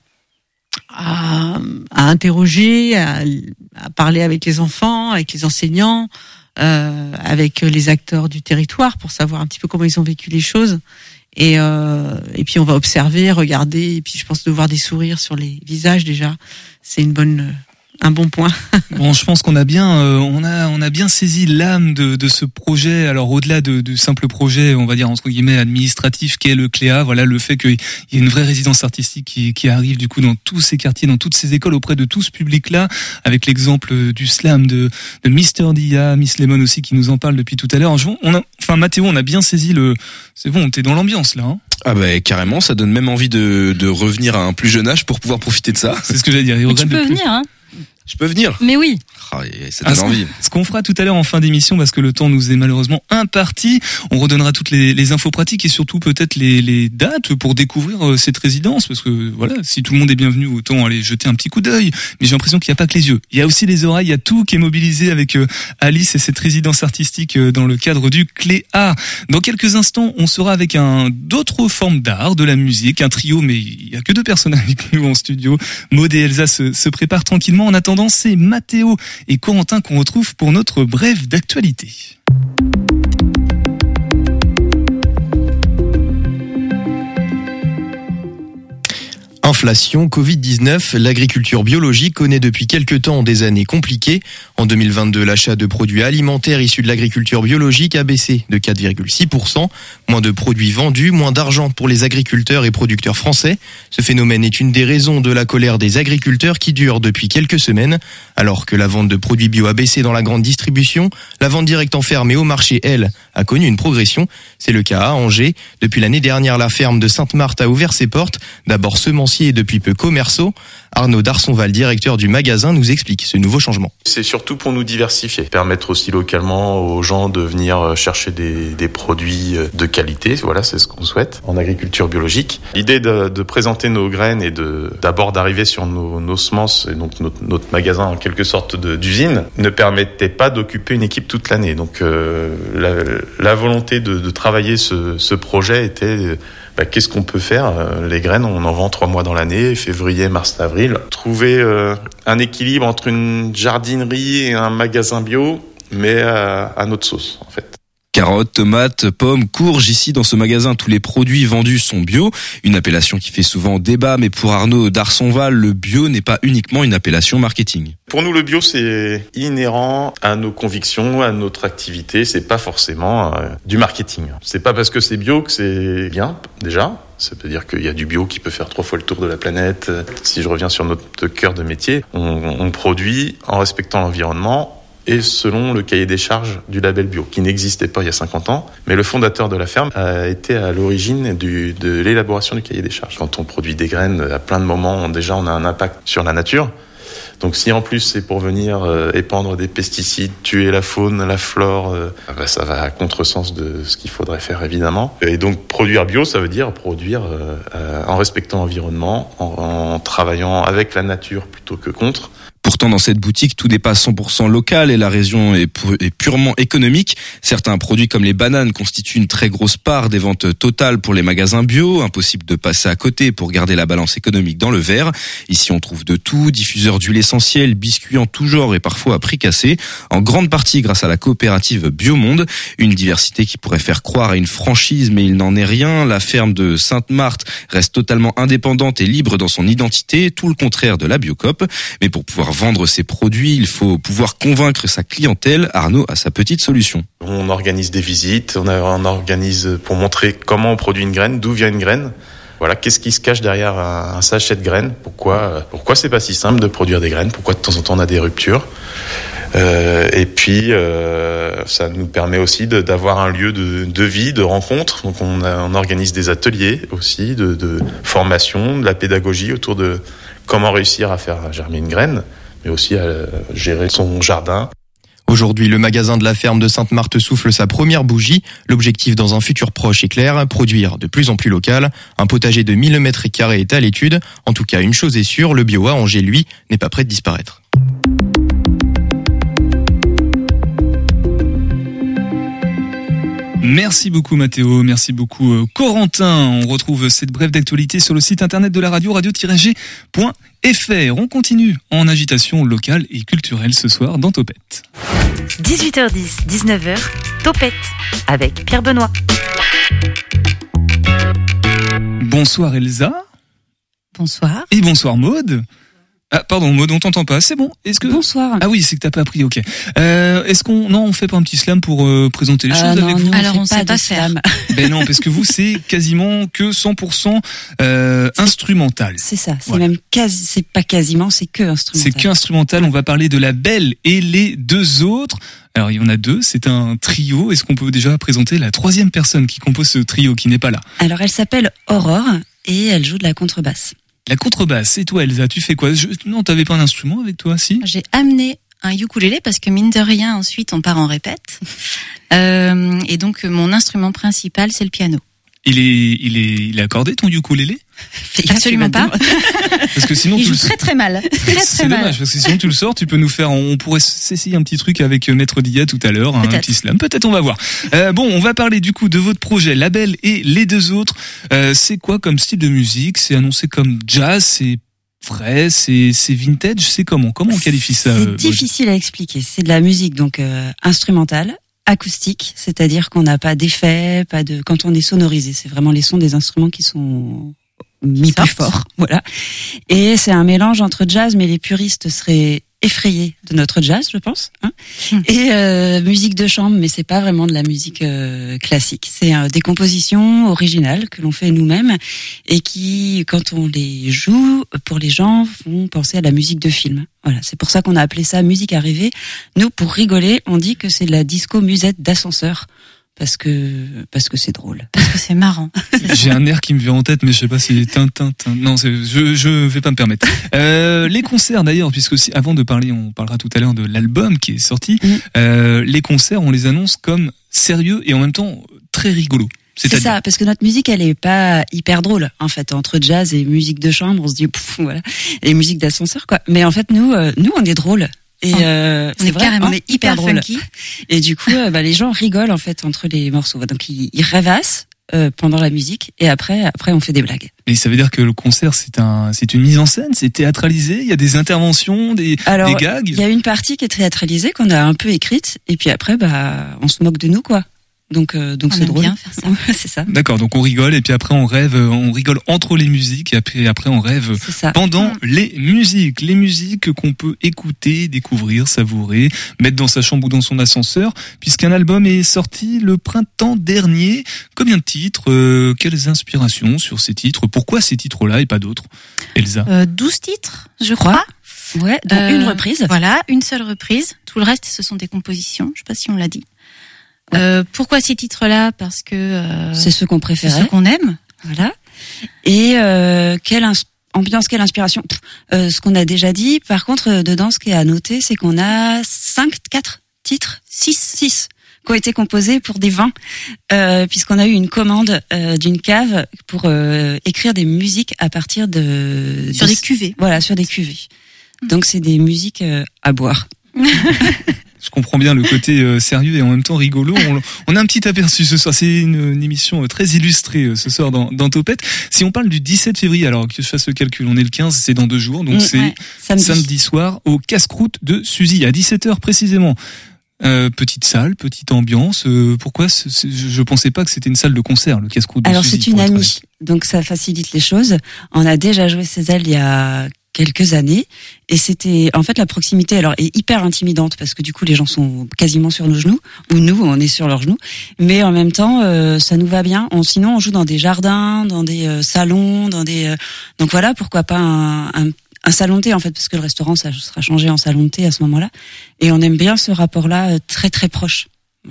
interroger, à parler avec les enfants, avec les enseignants, avec les acteurs du territoire pour savoir un petit peu comment ils ont vécu les choses. Et puis on va observer, regarder, et puis je pense de voir des sourires sur les visages déjà, c'est un bon point. Bon, je pense qu'on a bien, on a bien saisi l'âme de ce projet. Alors au-delà du simple projet, on va dire entre guillemets administratif, qu'est le Cléa. Voilà, le fait qu'il y ait une vraie résidence artistique qui arrive du coup dans tous ces quartiers, dans toutes ces écoles, auprès de tout ce public-là, avec l'exemple du slam de Mister Dia, Miss Lemon aussi qui nous en parle depuis tout à l'heure. Mathéo, on a bien saisi c'est bon, t'es dans l'ambiance là. Hein. Ah carrément, ça donne même envie de revenir à un plus jeune âge pour pouvoir profiter de ça. C'est ce que j'allais dire. Mais tu peux venir, hein. Je peux venir. Mais oui. Ça donne envie. Ce qu'on fera tout à l'heure en fin d'émission, parce que le temps nous est malheureusement imparti, on redonnera toutes les infos pratiques et surtout peut-être les dates pour découvrir cette résidence, parce que voilà, si tout le monde est bienvenu, autant aller jeter un petit coup d'œil. Mais j'ai l'impression qu'il n'y a pas que les yeux, il y a aussi les oreilles, il y a tout qui est mobilisé avec Alice et cette résidence artistique dans le cadre du Cléa. Dans quelques instants, on sera avec d'autres formes d'art, de la musique, un trio, mais il y a que 2 personnes avec nous en studio. Maud et Elsa se préparent tranquillement. En attendant, c'est Mathéo et Corentin qu'on retrouve pour notre brève d'actualité. Inflation, Covid-19, l'agriculture biologique connaît depuis quelque temps des années compliquées. En 2022, l'achat de produits alimentaires issus de l'agriculture biologique a baissé de 4,6%. Moins de produits vendus, moins d'argent pour les agriculteurs et producteurs français. Ce phénomène est une des raisons de la colère des agriculteurs qui dure depuis quelques semaines. Alors que la vente de produits bio a baissé dans la grande distribution, la vente directe en ferme et au marché, elle, a connu une progression. C'est le cas à Angers. Depuis l'année dernière, la ferme de Sainte-Marthe a ouvert ses portes. D'abord semencier et depuis peu commerçaux. Arnaud Darsonval, directeur du magasin, nous explique ce nouveau changement. C'est surtout pour nous diversifier, permettre aussi localement aux gens de venir chercher des produits de qualité. Voilà, c'est ce qu'on souhaite en agriculture biologique. L'idée de présenter nos graines et d'abord d'arriver sur nos semences, et donc notre magasin en quelque sorte d'usine, ne permettait pas d'occuper une équipe toute l'année. Donc la volonté de travailler ce projet était... qu'est-ce qu'on peut faire ? Les graines, on en vend 3 mois dans l'année, février, mars, avril. Trouver un équilibre entre une jardinerie et un magasin bio, mais à notre sauce, en fait. Carottes, tomates, pommes, courges. Ici, dans ce magasin, tous les produits vendus sont bio. Une appellation qui fait souvent débat, mais pour Arnaud Darsonval, le bio n'est pas uniquement une appellation marketing. Pour nous, le bio, c'est inhérent à nos convictions, à notre activité. C'est pas forcément du marketing. C'est pas parce que c'est bio que c'est bien, déjà. C'est-à-dire qu'il y a du bio qui peut faire 3 fois le tour de la planète. Si je reviens sur notre cœur de métier, on produit en respectant l'environnement, et selon le cahier des charges du label bio, qui n'existait pas il y a 50 ans. Mais le fondateur de la ferme a été à l'origine de l'élaboration du cahier des charges. Quand on produit des graines, à plein de moments, déjà on a un impact sur la nature. Donc si en plus c'est pour venir épandre des pesticides, tuer la faune, la flore, ça va à contresens de ce qu'il faudrait faire évidemment. Et donc produire bio, ça veut dire produire en respectant l'environnement, en travaillant avec la nature plutôt que contre. Pourtant, dans cette boutique, tout n'est pas 100% local et la région est purement économique. Certains produits comme les bananes constituent une très grosse part des ventes totales pour les magasins bio. Impossible de passer à côté pour garder la balance économique dans le verre. Ici, on trouve de tout, diffuseurs d'huile essentielle, biscuits en tout genre et parfois à prix cassé. En grande partie grâce à la coopérative Biomonde. Une diversité qui pourrait faire croire à une franchise, mais il n'en est rien. La ferme de Sainte-Marthe reste totalement indépendante et libre dans son identité, tout le contraire de la Biocoop. Mais pour pouvoir vendre ses produits, il faut pouvoir convaincre sa clientèle. Arnaud a sa petite solution. On organise des visites, on organise pour montrer comment on produit une graine, d'où vient une graine. Voilà, qu'est-ce qui se cache derrière un sachet de graines ? Pourquoi c'est pas si simple de produire des graines ? Pourquoi de temps en temps on a des ruptures ? Et puis ça nous permet aussi d'avoir un lieu de vie, de rencontre. Donc on organise des ateliers aussi de formation, de la pédagogie autour de comment réussir à faire germer une graine, mais aussi à gérer son jardin. Aujourd'hui, le magasin de la ferme de Sainte-Marthe souffle sa première bougie. L'objectif dans un futur proche est clair, produire de plus en plus local. Un potager de 1000 m² est à l'étude. En tout cas, une chose est sûre, le bio à Angers, lui, n'est pas prêt de disparaître. Merci beaucoup Mathéo, merci beaucoup Corentin. On retrouve cette brève d'actualité sur le site internet de la radio, radio-g.fr. On continue en agitation locale et culturelle ce soir dans Topette. 18h10, 19h, Topette avec Pierre Benoît. Bonsoir Elsa. Bonsoir. Et bonsoir Maude. Ah pardon Maud, on t'entend pas, c'est bon. Est-ce que Bonsoir. Ah oui, c'est que t'as pas appris, ok. Est-ce qu'on non, on fait pas un petit slam pour présenter les choses non, avec vous? Alors on sait pas faire. Ben non, parce que vous c'est quasiment que 100% instrumental. C'est ça, c'est Voilà. même quasi, c'est pas quasiment, c'est que instrumental. C'est que instrumental. On va parler de La Belle et les deux autres. Alors il y en a deux, c'est un trio. Est-ce qu'on peut déjà présenter la troisième personne qui compose ce trio qui n'est pas là? Alors elle s'appelle Aurore et elle joue de la contrebasse. La contrebasse, et toi Elsa, tu fais quoi? Non, t'avais pas un instrument avec toi, si? J'ai amené un ukulélé parce que mine de rien, ensuite on part en répète. Et donc mon instrument principal, c'est le piano. Il est accordé ton ukulélé? Absolument pas. Parce que sinon il tu joue le très très mal. C'est dommage parce que sinon tu le sors, tu peux nous faire. On pourrait s'essayer un petit truc avec Maître Dia tout à l'heure, un petit slam. Peut-être on va voir. Bon, on va parler du coup de votre projet La Belle et les deux autres. C'est quoi comme style de musique? C'est annoncé comme jazz, c'est frais, c'est vintage, c'est comment on qualifie ça? C'est difficile à expliquer. C'est de la musique donc instrumentale, acoustique, c'est-à-dire qu'on n'a pas d'effet, pas de. Quand on est sonorisé, c'est vraiment les sons des instruments qui sont mis plus fort, voilà. Et c'est un mélange entre jazz, mais les puristes seraient effrayés de notre jazz, je pense, hein, et musique de chambre, mais c'est pas vraiment de la musique classique. C'est des compositions originales que l'on fait nous-mêmes et qui, quand on les joue pour les gens, font penser à la musique de film. Voilà, c'est pour ça qu'on a appelé ça musique à rêver. Nous, pour rigoler, on dit que c'est de la disco musette d'ascenseur. Parce que c'est drôle. Parce que c'est marrant. J'ai un air qui me vient en tête, mais je sais pas si non, je vais pas me permettre. Les concerts d'ailleurs, puisque avant de parler, on parlera tout à l'heure de l'album qui est sorti. Les concerts, on les annonce comme sérieux et en même temps très rigolo. C'est ça, parce que notre musique, elle est pas hyper drôle, en fait. Entre jazz et musique de chambre, on se dit, voilà, et musique d'ascenseur, quoi. Mais en fait, nous, on est drôle. Et c'est vrai, on est hyper drôle. Funky. Et du coup, les gens rigolent en fait entre les morceaux. Donc ils rêvassent pendant la musique et après on fait des blagues. Et ça veut dire que le concert c'est une mise en scène, c'est théâtralisé, il y a des interventions, des gags. Il y a une partie qui est théâtralisée qu'on a un peu écrite et puis après on se moque de nous quoi. Donc c'est drôle. Bien faire ça. C'est ça. D'accord, donc on rigole et puis après on rêve, on rigole entre les musiques et après on rêve pendant les musiques qu'on peut écouter, découvrir, savourer, mettre dans sa chambre ou dans son ascenseur, puisqu'un album est sorti le printemps dernier. Combien de titres, quelles inspirations sur ces titres? Pourquoi ces titres-là et pas d'autres? Elsa? 12 titres, je crois. Ouais, donc une reprise. Voilà, une seule reprise. Tout le reste, ce sont des compositions. Je sais pas si on l'a dit. Pourquoi ces titres-là? Parce que c'est ceux qu'on préférait, c'est ceux qu'on aime. Voilà. Et quelle ambiance, quelle inspiration. Ce qu'on a déjà dit. Par contre, dedans, ce qui est à noter, c'est qu'on a 4 titres, 6 qui ont été composés pour des vins, puisqu'on a eu une commande d'une cave pour écrire des musiques à partir sur des cuvées. Voilà, sur des cuvées. Donc c'est des musiques à boire. Je comprends bien le côté sérieux et en même temps rigolo. On a un petit aperçu ce soir. C'est une émission très illustrée ce soir dans Topette. Si on parle du 17 février, alors que je fasse le calcul, on est le 15, c'est dans 2 jours. Donc c'est samedi soir au Casse-Croûte de Suzy à 17h précisément. Petite salle, petite ambiance. Pourquoi je pensais pas que c'était une salle de concert, le Casse-Croûte de Suzy. Alors c'est une amie, donc ça facilite les choses. On a déjà joué chez elle il y a quelques années et c'était en fait la proximité alors est hyper intimidante parce que du coup les gens sont quasiment sur nos genoux ou nous on est sur leurs genoux, mais en même temps ça nous va bien. Sinon on joue dans des jardins, dans des salons, dans des donc voilà, pourquoi pas un salon de thé en fait, parce que le restaurant ça sera changé en salon de thé à ce moment-là, et on aime bien ce rapport-là très très proche.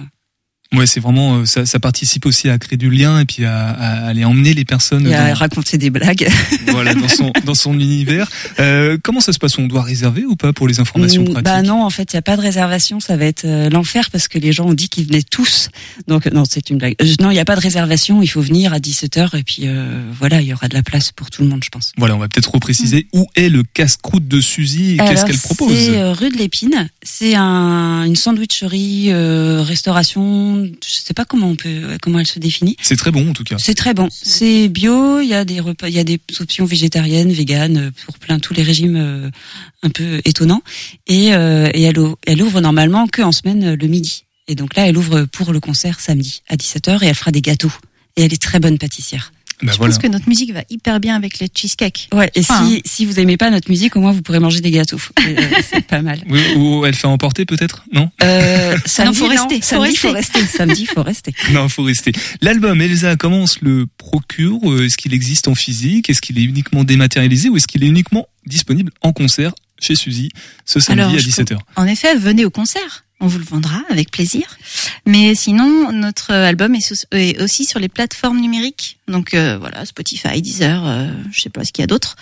Ouais, c'est vraiment ça participe aussi à créer du lien et puis à aller emmener les personnes et à raconter des blagues. Voilà, dans son univers. Comment ça se passe? On doit réserver ou pas pour les informations pratiques? Bah non, en fait, il y a pas de réservation, ça va être l'enfer parce que les gens ont dit qu'ils venaient tous. Donc non, c'est une blague. Non, il y a pas de réservation, il faut venir à 17h et puis voilà, il y aura de la place pour tout le monde, je pense. Voilà, on va peut-être repréciser où est le Casse-Croûte de Suzy et qu'est-ce qu'elle propose. C'est rue de l'Épine, c'est une sandwicherie restauration. Je sais pas comment elle se définit. C'est très bon en tout cas. C'est très bon. C'est bio. Il y a des repas, il y a des options végétariennes, véganes pour tous les régimes un peu étonnants. Et elle ouvre normalement que en semaine le midi. Et donc là, elle ouvre pour le concert samedi à 17h et elle fera des gâteaux. Et elle est très bonne pâtissière. Je pense que notre musique va hyper bien avec les cheesecakes. Ouais, et si vous aimez pas notre musique, au moins vous pourrez manger des gâteaux. C'est pas mal. Oui, ou elle fait emporter peut-être, non? Samedi, faut rester. Samedi, faut rester. Non, faut rester. L'album Elsa, comment on se le procure? Est-ce qu'il existe en physique? Est-ce qu'il est uniquement dématérialisé ou est-ce qu'il est uniquement disponible en concert chez Suzy ce samedi à 17h? En effet, venez au concert. On vous le vendra avec plaisir. Mais sinon, notre album est aussi sur les plateformes numériques. Donc voilà, Spotify, Deezer, je sais pas ce qu'il y a d'autre.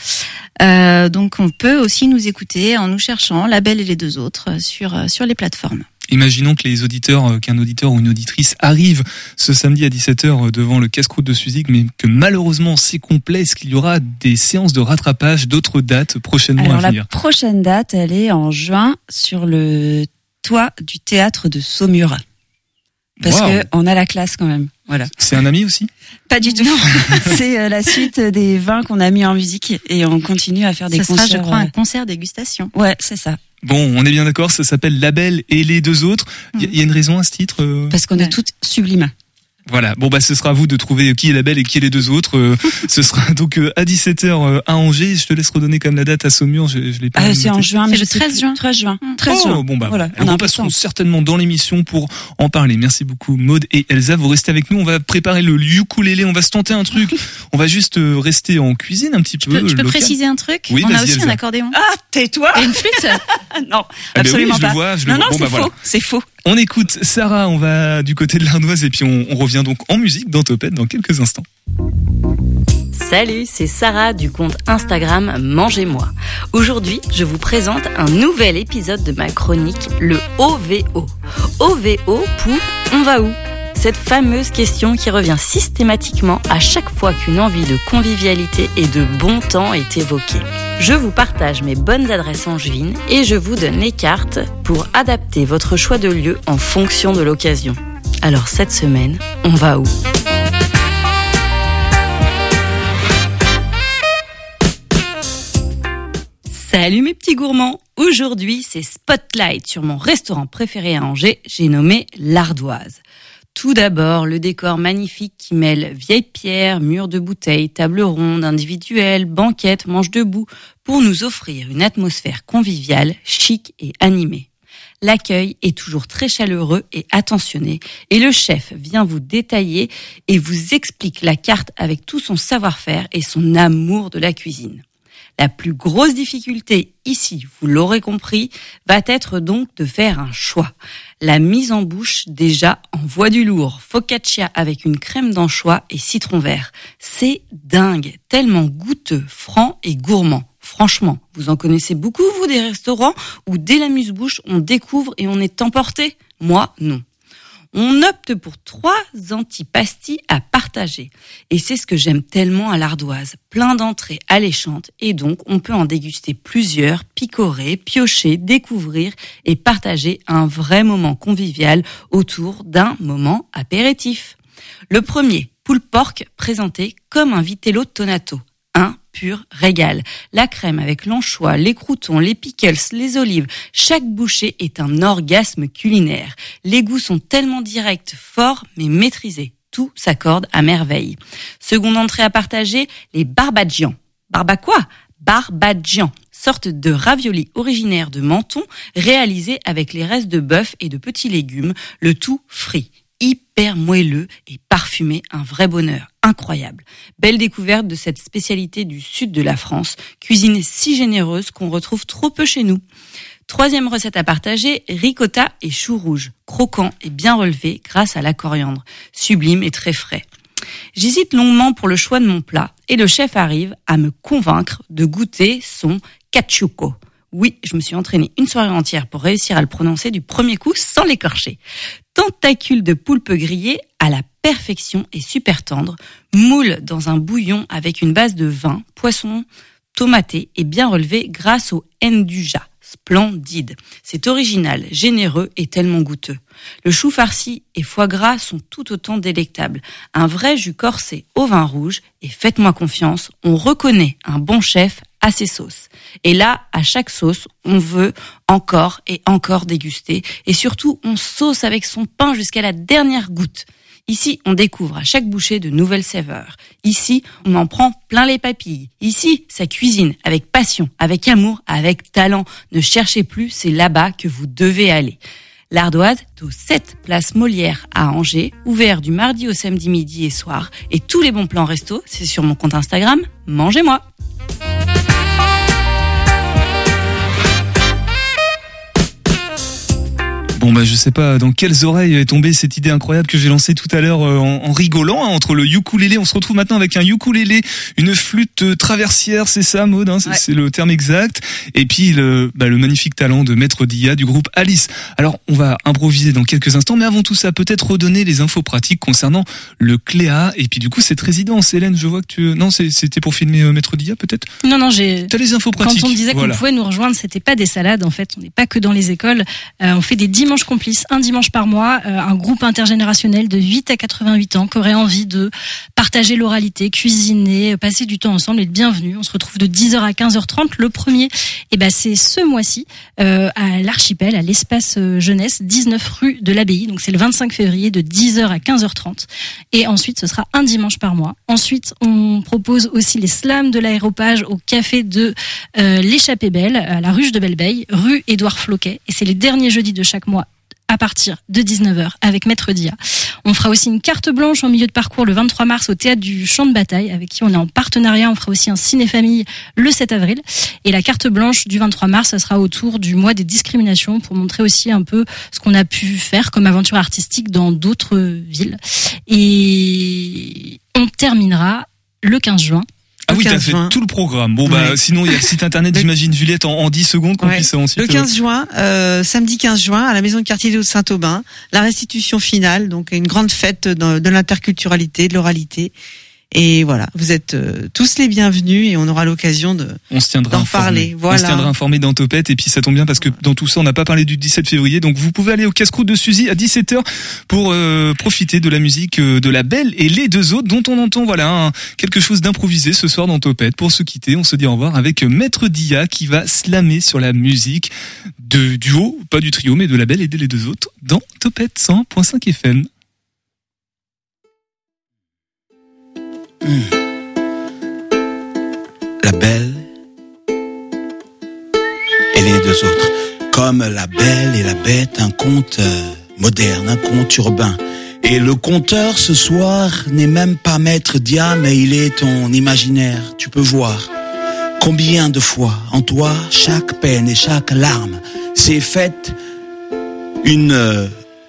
Donc on peut aussi nous écouter en nous cherchant La Belle et les deux autres sur les plateformes. Imaginons que qu'un auditeur ou une auditrice arrive ce samedi à 17h devant le Casse-Croûte de Suzy, mais que malheureusement c'est complet. Est-ce qu'il y aura des séances de rattrapage, d'autres dates prochainement à venir? La prochaine date, elle est en juin sur le toit du théâtre de Saumur. Parce que on a la classe quand même. Voilà. C'est un ami aussi? Pas du tout. C'est la suite des vins qu'on a mis en musique et on continue à faire des concerts. Ça sera, je crois, un concert dégustation. Ouais, c'est ça. Bon, on est bien d'accord, ça s'appelle La Belle et les deux autres. Il y a une raison à ce titre? Parce qu'on est toutes sublimes. Voilà. Bon, ce sera à vous de trouver qui est la belle et qui est les deux autres. Ce sera donc à 17h à Angers. Je te laisse redonner quand même la date à Saumur. Je l'ai pas. C'est en juin, mais c'est le 13 juin. 13 juin. Bon, voilà. On repasseront certainement dans l'émission pour en parler. Merci beaucoup, Maud et Elsa. Vous restez avec nous. On va préparer le ukulélé. On va se tenter un truc. On va juste rester en cuisine un petit peu. Je peux préciser un truc? Oui, on a aussi Elsa. un accordéon. Ah, tais-toi! Et une flûte? Non, absolument oui, pas. C'est faux. On écoute Sarah, on va du côté de l'Ardoise et puis on revient donc en musique dans Topette dans quelques instants. Salut, c'est Sarah du compte Instagram Mangez-moi. Aujourd'hui, je vous présente un nouvel épisode de ma chronique, le OVO. OVO pour On va où ? Cette fameuse question qui revient systématiquement à chaque fois qu'une envie de convivialité et de bon temps est évoquée. Je vous partage mes bonnes adresses angevines et je vous donne les cartes pour adapter votre choix de lieu en fonction de l'occasion. Alors cette semaine, on va où ? Salut mes petits gourmands. Aujourd'hui, c'est Spotlight sur mon restaurant préféré à Angers, j'ai nommé l'Ardoise. Tout d'abord, le décor magnifique qui mêle vieilles pierres, murs de bouteilles, tables rondes, individuelles, banquettes, manches debout, pour nous offrir une atmosphère conviviale, chic et animée. L'accueil est toujours très chaleureux et attentionné, et le chef vient vous détailler et vous explique la carte avec tout son savoir-faire et son amour de la cuisine. La plus grosse difficulté ici, vous l'aurez compris, va être donc de faire un choix. La mise en bouche, déjà, envoie du lourd. Focaccia avec une crème d'anchois et citron vert. C'est dingue, tellement goûteux, franc et gourmand. Franchement, vous en connaissez beaucoup, vous, des restaurants où dès l'amuse-bouche, on découvre et on est emporté? Moi, non. On opte pour 3 antipastis à partager. Et c'est ce que j'aime tellement à l'Ardoise. Plein d'entrées alléchantes et donc on peut en déguster plusieurs, picorer, piocher, découvrir et partager un vrai moment convivial autour d'un moment apéritif. Le premier, pulled pork présenté comme un vitello tonato. Un pur régal. La crème avec l'anchois, les croûtons, les pickles, les olives. Chaque bouchée est un orgasme culinaire. Les goûts sont tellement directs, forts, mais maîtrisés. Tout s'accorde à merveille. Seconde entrée à partager, les barbadjians. Barba quoi? Barbadjian. Sorte de ravioli originaire de Menton, réalisé avec les restes de bœuf et de petits légumes, le tout frit. Hyper moelleux et parfumé, un vrai bonheur, incroyable. Belle découverte de cette spécialité du sud de la France, cuisine si généreuse qu'on retrouve trop peu chez nous. Troisième recette à partager, ricotta et choux rouges, croquant et bien relevé grâce à la coriandre, sublime et très frais. J'hésite longuement pour le choix de mon plat et le chef arrive à me convaincre de goûter son caciuco. Oui, je me suis entraînée une soirée entière pour réussir à le prononcer du premier coup sans l'écorcher. Tentacule de poulpe grillé à la perfection et super tendre, moule dans un bouillon avec une base de vin, poisson, tomaté et bien relevé grâce au nduja. Splendide. C'est original, généreux et tellement goûteux. Le chou farci et foie gras sont tout autant délectables. Un vrai jus corsé au vin rouge et faites-moi confiance, on reconnaît un bon chef à ses sauces. Et là, à chaque sauce, on veut encore et encore déguster et surtout, on sauce avec son pain jusqu'à la dernière goutte. Ici, on découvre à chaque bouchée de nouvelles saveurs. Ici, on en prend plein les papilles. Ici, ça cuisine avec passion, avec amour, avec talent. Ne cherchez plus, c'est là-bas que vous devez aller. L'Ardoise, au 7 place Molière à Angers, ouvert du mardi au samedi midi et soir. Et tous les bons plans resto, c'est sur mon compte Instagram, Mangez-moi. Bon je sais pas dans quelles oreilles est tombée cette idée incroyable que j'ai lancée tout à l'heure en rigolant entre le ukulélé. On se retrouve maintenant avec un ukulélé, une flûte traversière, c'est ça Maud, c'est le terme exact. Et puis le magnifique talent de Maître Dia du groupe Alice. Alors on va improviser dans quelques instants, mais avant tout ça, peut-être redonner les infos pratiques concernant le Cléa et puis du coup cette résidence. Hélène, je vois que tu... Non, c'était pour filmer Maître Dia peut-être? Non, T'as les infos pratiques. Quand on disait qu'on pouvait nous rejoindre, c'était pas des salades en fait. On n'est pas que dans les écoles. On fait des dimanches complices, un dimanche par mois, un groupe intergénérationnel de 8 à 88 ans qui aurait envie de partager l'oralité, cuisiner, passer du temps ensemble. Et de bienvenue. On se retrouve de 10h à 15h30. Le premier, c'est ce mois-ci à l'Archipel, à l'espace jeunesse, 19 rue de l'Abbaye. Donc c'est le 25 février de 10h à 15h30. Et ensuite, ce sera un dimanche par mois. Ensuite, on propose aussi les slams de l'aéropage au café de l'Échappée Belle, à la Ruche de Belleveille, rue Édouard Floquet. Et c'est les derniers jeudis de chaque mois à partir de 19h avec Maître Dia. On fera aussi une carte blanche en milieu de parcours le 23 mars au Théâtre du Champ de Bataille avec qui on est en partenariat. On fera aussi un ciné-famille le 7 avril. Et la carte blanche du 23 mars, ça sera autour du mois des discriminations pour montrer aussi un peu ce qu'on a pu faire comme aventure artistique dans d'autres villes. Et on terminera le 15 juin. Ah oui, t'as fait tout le programme. Bon, sinon, il y a le site internet, j'imagine, Juliette, en 10 secondes qu'on puisse ensuite... Le 15 juin, samedi 15 juin, à la maison de quartier de Saint-Aubin, la restitution finale, donc une grande fête de l'interculturalité, de l'oralité. Et voilà, vous êtes tous les bienvenus et on aura l'occasion d'en parler. Voilà. On se tiendra informé dans Topette et puis ça tombe bien parce que dans tout ça on n'a pas parlé du 17 février, donc vous pouvez aller au casse-croûte de Suzy à 17h pour profiter de la musique de La Belle et les deux autres dont on entend quelque chose d'improvisé ce soir dans Topette. Pour se quitter, on se dit au revoir avec Maître Dia qui va slammer sur la musique de duo, pas du trio mais de La Belle et les deux autres dans Topette 100.5 FM. La Belle et les deux autres. Comme La Belle et la Bête, un conte moderne, un conte urbain. Et le conteur ce soir n'est même pas Maître Dia, mais il est ton imaginaire. Tu peux voir Combien de fois en toi, chaque peine et chaque larme s'est faite une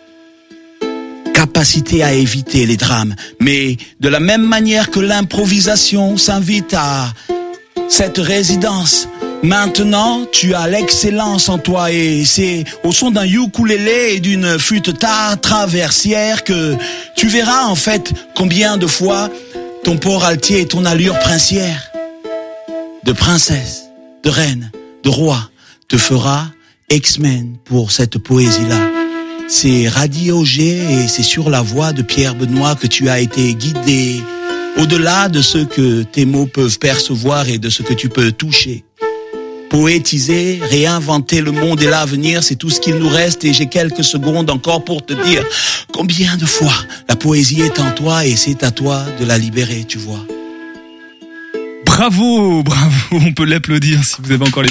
capacité à éviter les drames. Mais de la même manière que l'improvisation s'invite à cette résidence, maintenant tu as l'excellence en toi et c'est au son d'un ukulélé et d'une flûte traversière que tu verras en fait combien de fois ton port altier et ton allure princière de princesse, de reine, de roi te fera X-Men pour cette poésie-là. C'est Radio G et c'est sur la voix de Pierre Benoît que tu as été guidé au-delà de ce que tes mots peuvent percevoir et de ce que tu peux toucher. Poétiser, réinventer le monde et l'avenir, c'est tout ce qu'il nous reste et j'ai quelques secondes encore pour te dire combien de fois la poésie est en toi et c'est à toi de la libérer, tu vois. Bravo, bravo, on peut l'applaudir si vous avez encore les